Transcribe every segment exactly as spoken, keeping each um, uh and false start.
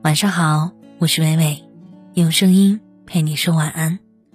晚上好，我是伟伟，用声音陪你说晚安。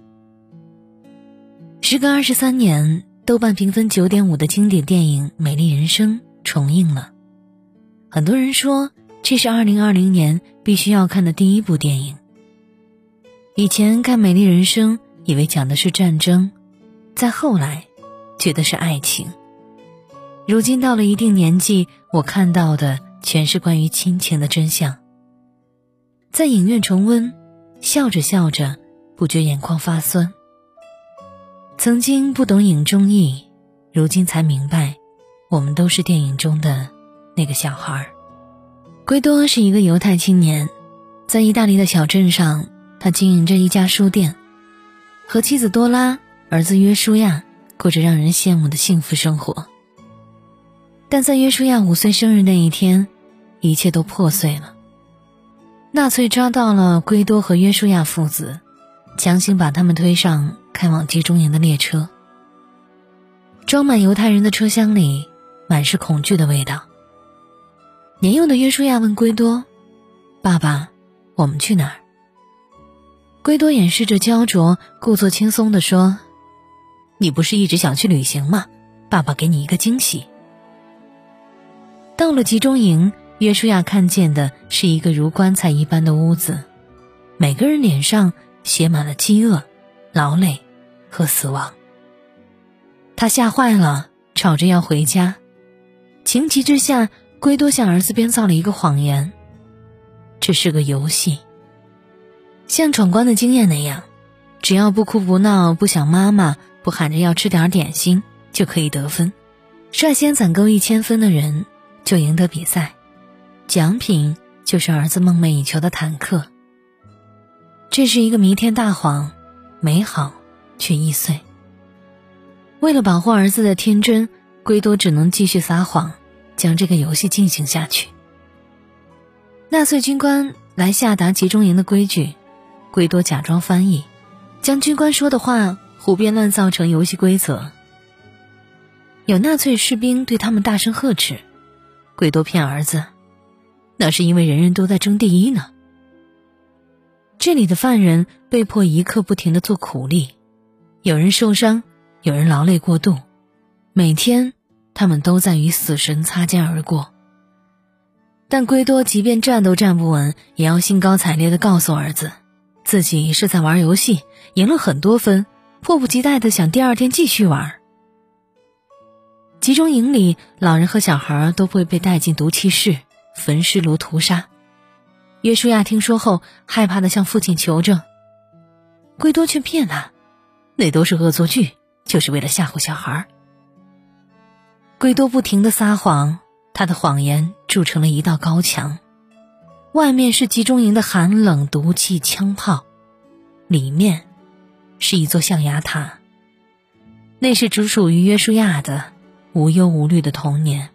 时隔二十三年，豆瓣评分 九点五 的经典电影《美丽人生》重映了。很多人说这是二零二零年必须要看的第一部电影。以前看《美丽人生》以为讲的是战争，再后来觉得是爱情。如今到了一定年纪，我看到的全是关于亲情的真相。在影院重温，笑着笑着不觉眼眶发酸。曾经不懂影中意，如今才明白我们都是电影中的那个小孩。圭多是一个犹太青年，在意大利的小镇上，他经营着一家书店，和妻子多拉、儿子约书亚过着让人羡慕的幸福生活。但在约书亚五岁生日那一天，一切都破碎了。纳粹抓到了圭多和约书亚父子，强行把他们推上开往集中营的列车。装满犹太人的车厢里满是恐惧的味道。年幼的约书亚问圭多：爸爸，我们去哪儿？圭多掩饰着焦灼，故作轻松地说：你不是一直想去旅行吗？爸爸给你一个惊喜。到了集中营，约书亚看见的是一个如棺材一般的屋子，每个人脸上写满了饥饿、劳累和死亡。他吓坏了，吵着要回家。情急之下，圭多向儿子编造了一个谎言，这是个游戏。像闯关的经验那样，只要不哭不闹，不想妈妈，不喊着要吃点点心，就可以得分。率先攒够一千分的人就赢得比赛，奖品就是儿子梦寐以求的坦克。这是一个弥天大谎，美好却易碎。为了保护儿子的天真，圭多只能继续撒谎，将这个游戏进行下去。纳粹军官来下达集中营的规矩，圭多假装翻译，将军官说的话胡编乱造成游戏规则。有纳粹士兵对他们大声呵斥，圭多骗儿子，那是因为人人都在争第一呢。这里的犯人被迫一刻不停地做苦力，有人受伤，有人劳累过度，每天他们都在与死神擦肩而过。但圭多即便站都站不稳，也要兴高采烈地告诉儿子，自己是在玩游戏，赢了很多分，迫不及待地想第二天继续玩。集中营里，老人和小孩都会被带进毒气室，焚尸炉屠杀。约书亚听说后，害怕地向父亲求证，圭多却骗他，那都是恶作剧，就是为了吓唬小孩。圭多不停地撒谎，他的谎言筑成了一道高墙，外面是集中营的寒冷、毒气、枪炮，里面是一座象牙塔，那是只属于约书亚的无忧无虑的童年。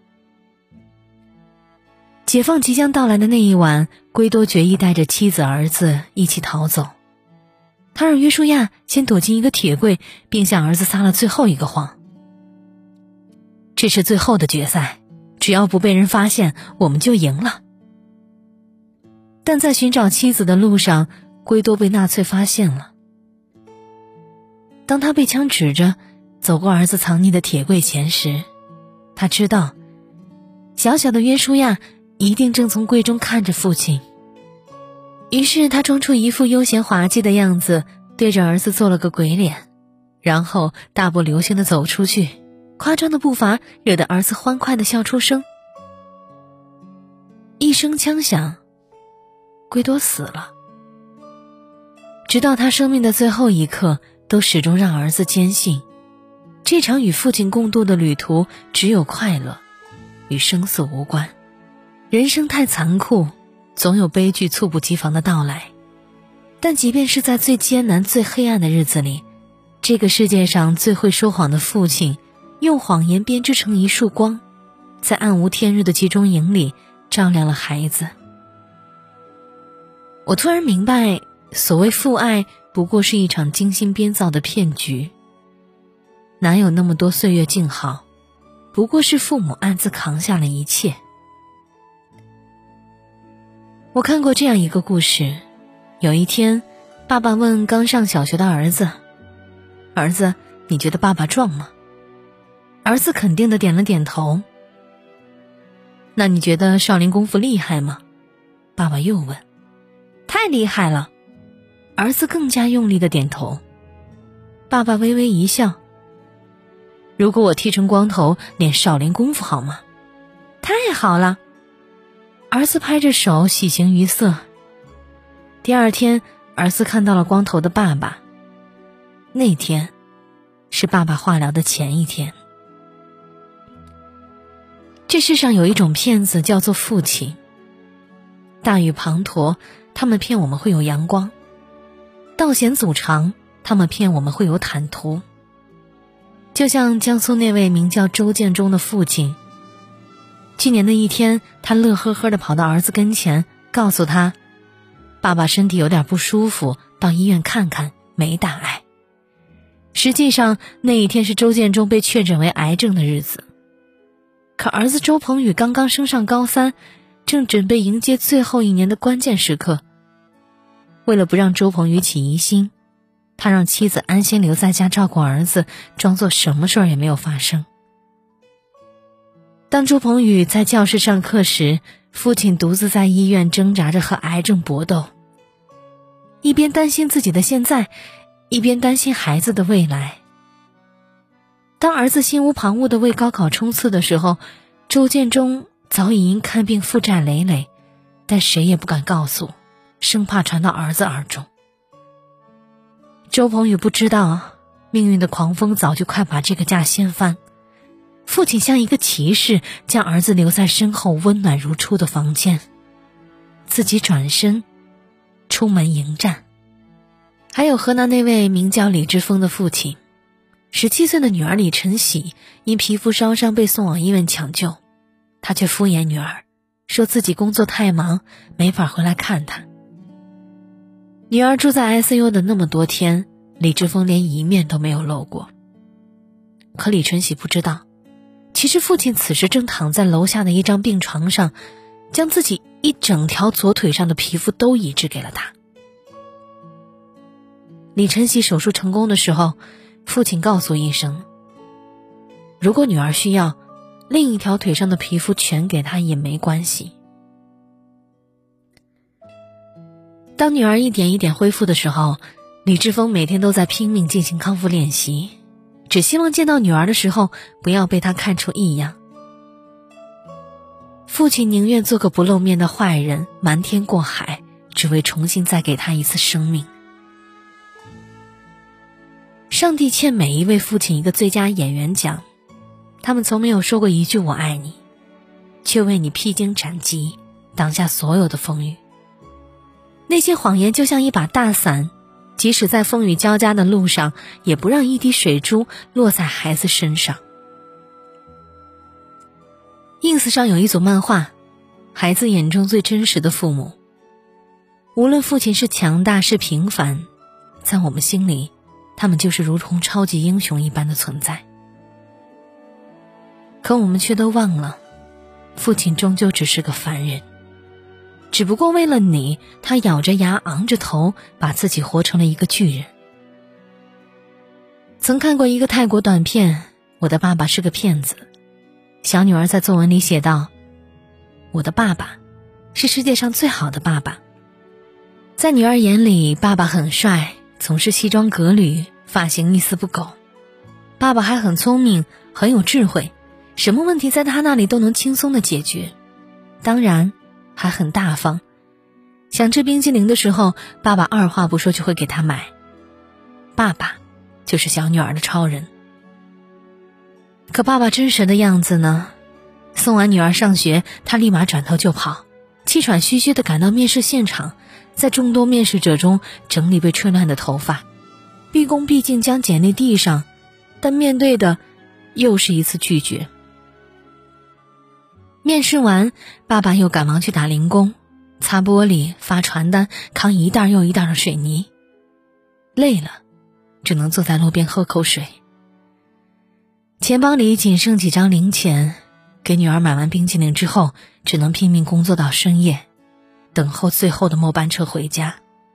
解放即将到来的那一晚，圭多决意带着妻子儿子一起逃走。他让约书亚先躲进一个铁柜，并向儿子撒了最后一个谎。这是最后的决赛，只要不被人发现，我们就赢了。但在寻找妻子的路上，圭多被纳粹发现了。当他被枪指着走过儿子藏匿的铁柜前时，他知道小小的约书亚一定正从柜中看着父亲。于是他装出一副悠闲滑稽的样子，对着儿子做了个鬼脸，然后大步流星地走出去，夸张的步伐惹得儿子欢快地笑出声。一声枪响，圭多死了。直到他生命的最后一刻，都始终让儿子坚信，这场与父亲共度的旅途只有快乐，与生死无关。人生太残酷，总有悲剧猝不及防的到来。但即便是在最艰难最黑暗的日子里，这个世界上最会说谎的父亲用谎言编织成一束光，在暗无天日的集中营里照亮了孩子。我突然明白，所谓父爱不过是一场精心编造的骗局，哪有那么多岁月静好，不过是父母暗自扛下了一切。 我看过这样一个故事，有一天，爸爸问刚上小学的儿子：“儿子，你觉得爸爸壮吗？”儿子肯定的点了点头。那你觉得少林功夫厉害吗？爸爸又问。太厉害了。儿子更加用力的点头。爸爸微微一笑。如果我剃成光头练少林功夫好吗？太好了。儿子拍着手喜形于色。第二天，儿子看到了光头的爸爸。那天是爸爸化疗的前一天。这世上有一种骗子叫做父亲。大雨滂沱，他们骗我们会有阳光；道险阻长，他们骗我们会有坦途。就像江苏那位名叫周建中的父亲，去年的一天，他乐呵呵地跑到儿子跟前，告诉他，爸爸身体有点不舒服，到医院看看，没大碍。实际上，那一天是周建中被确诊为癌症的日子。可儿子周鹏宇刚刚升上高三，正准备迎接最后一年的关键时刻。为了不让周鹏宇起疑心，他让妻子安心留在家照顾儿子，装作什么事儿也没有发生。当周鹏宇在教室上课时，父亲独自在医院挣扎着和癌症搏斗，一边担心自己的现在，一边担心孩子的未来。当儿子心无旁骛地为高考冲刺的时候，周建中早已因看病负债累累，但谁也不敢告诉，生怕传到儿子耳中。周鹏宇不知道，命运的狂风早就快把这个家掀翻。父亲像一个骑士，将儿子留在身后温暖如初的房间，自己转身出门迎战。还有河南那位名叫李志峰的父亲，十七岁的女儿李晨喜因皮肤烧伤被送往医院抢救，他却敷衍女儿，说自己工作太忙，没法回来看她。女儿住在 I C U 的那么多天，李志峰连一面都没有露过。可李晨喜不知道，其实父亲此时正躺在楼下的一张病床上，将自己一整条左腿上的皮肤都移植给了他。李晨喜手术成功的时候，父亲告诉医生，如果女儿需要，另一条腿上的皮肤全给她也没关系。当女儿一点一点恢复的时候，李志峰每天都在拼命进行康复练习，只希望见到女儿的时候不要被她看出异样。父亲宁愿做个不露面的坏人，瞒天过海，只为重新再给她一次生命。上帝欠每一位父亲一个最佳演员奖，他们从没有说过一句我爱你，却为你披荆斩棘，挡下所有的风雨。那些谎言就像一把大伞，即使在风雨交加的路上，也不让一滴水珠落在孩子身上。ins 上有一组漫画，孩子眼中最真实的父母。无论父亲是强大是平凡，在我们心里，他们就是如同超级英雄一般的存在。可我们却都忘了，父亲终究只是个凡人，只不过为了你，他咬着牙昂着头，把自己活成了一个巨人。曾看过一个泰国短片，我的爸爸是个骗子。小女儿在作文里写道，我的爸爸是世界上最好的爸爸。在女儿眼里，爸爸很帅，从事西装革履，发型一丝不苟。爸爸还很聪明，很有智慧，什么问题在他那里都能轻松地解决，当然还很大方。想吃冰淇淋的时候，爸爸二话不说就会给他买。爸爸就是小女儿的超人。可爸爸真实的样子呢？送完女儿上学，他立马转头就跑，气喘吁吁地赶到面试现场，在众多面试者中整理被吹乱的头发，毕恭毕敬将简历递上，但面对的又是一次拒绝。面试完，爸爸又赶忙去打零工，擦玻璃，发传单，扛一袋又一袋的水泥。累了，只能坐在路边喝口水。钱包里仅剩几张零钱，给女儿买完冰淇淋之后，只能拼命工作到深夜。 等候最后的末班车回家。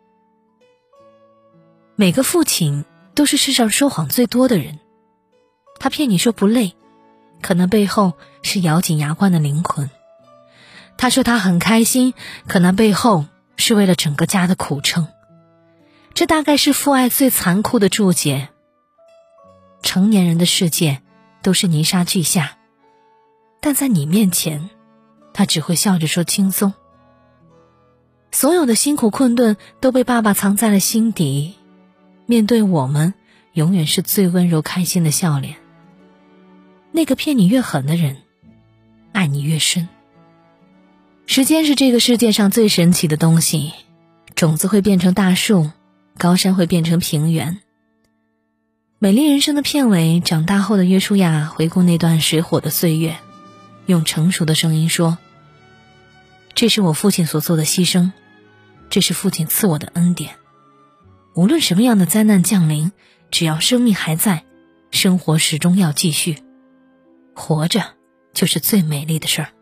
每个父亲都是世上说谎最多的人，他骗你说不累，可能背后是咬紧牙关的灵魂。他说他很开心，可能背后是为了整个家的苦撑。这大概是父爱最残酷的注解。成年人的世界都是泥沙俱下，但在你面前，他只会笑着说轻松。所有的辛苦困顿都被爸爸藏在了心底，面对我们，永远是最温柔开心的笑脸。那个骗你越狠的人，爱你越深。时间是这个世界上最神奇的东西，种子会变成大树，高山会变成平原。美丽人生的片尾，长大后的约书亚回顾那段水火的岁月，用成熟的声音说，这是我父亲所做的牺牲，这是父亲赐我的恩典。无论什么样的灾难降临，只要生命还在，生活始终要继续。活着就是最美丽的事儿。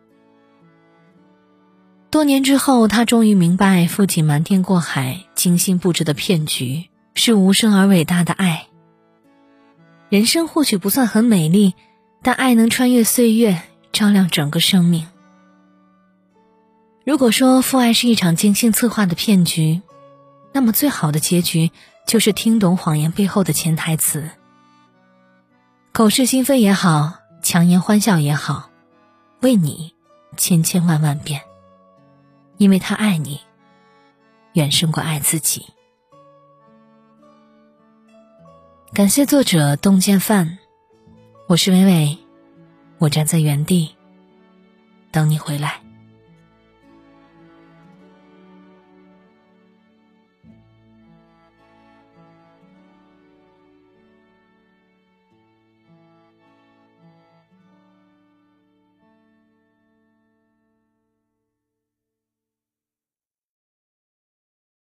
多年之后，他终于明白，父亲瞒天过海精心布置的骗局是无声而伟大的爱。人生或许不算很美丽，但爱能穿越岁月，照亮整个生命。如果说父爱是一场精心策划的骗局，那么最好的结局就是听懂谎言背后的潜台词。口是心非也好，强颜欢笑也好，为你千千万万遍，因为他爱你，远胜过爱自己。感谢作者洞见范，我是伟伟，我站在原地等你回来。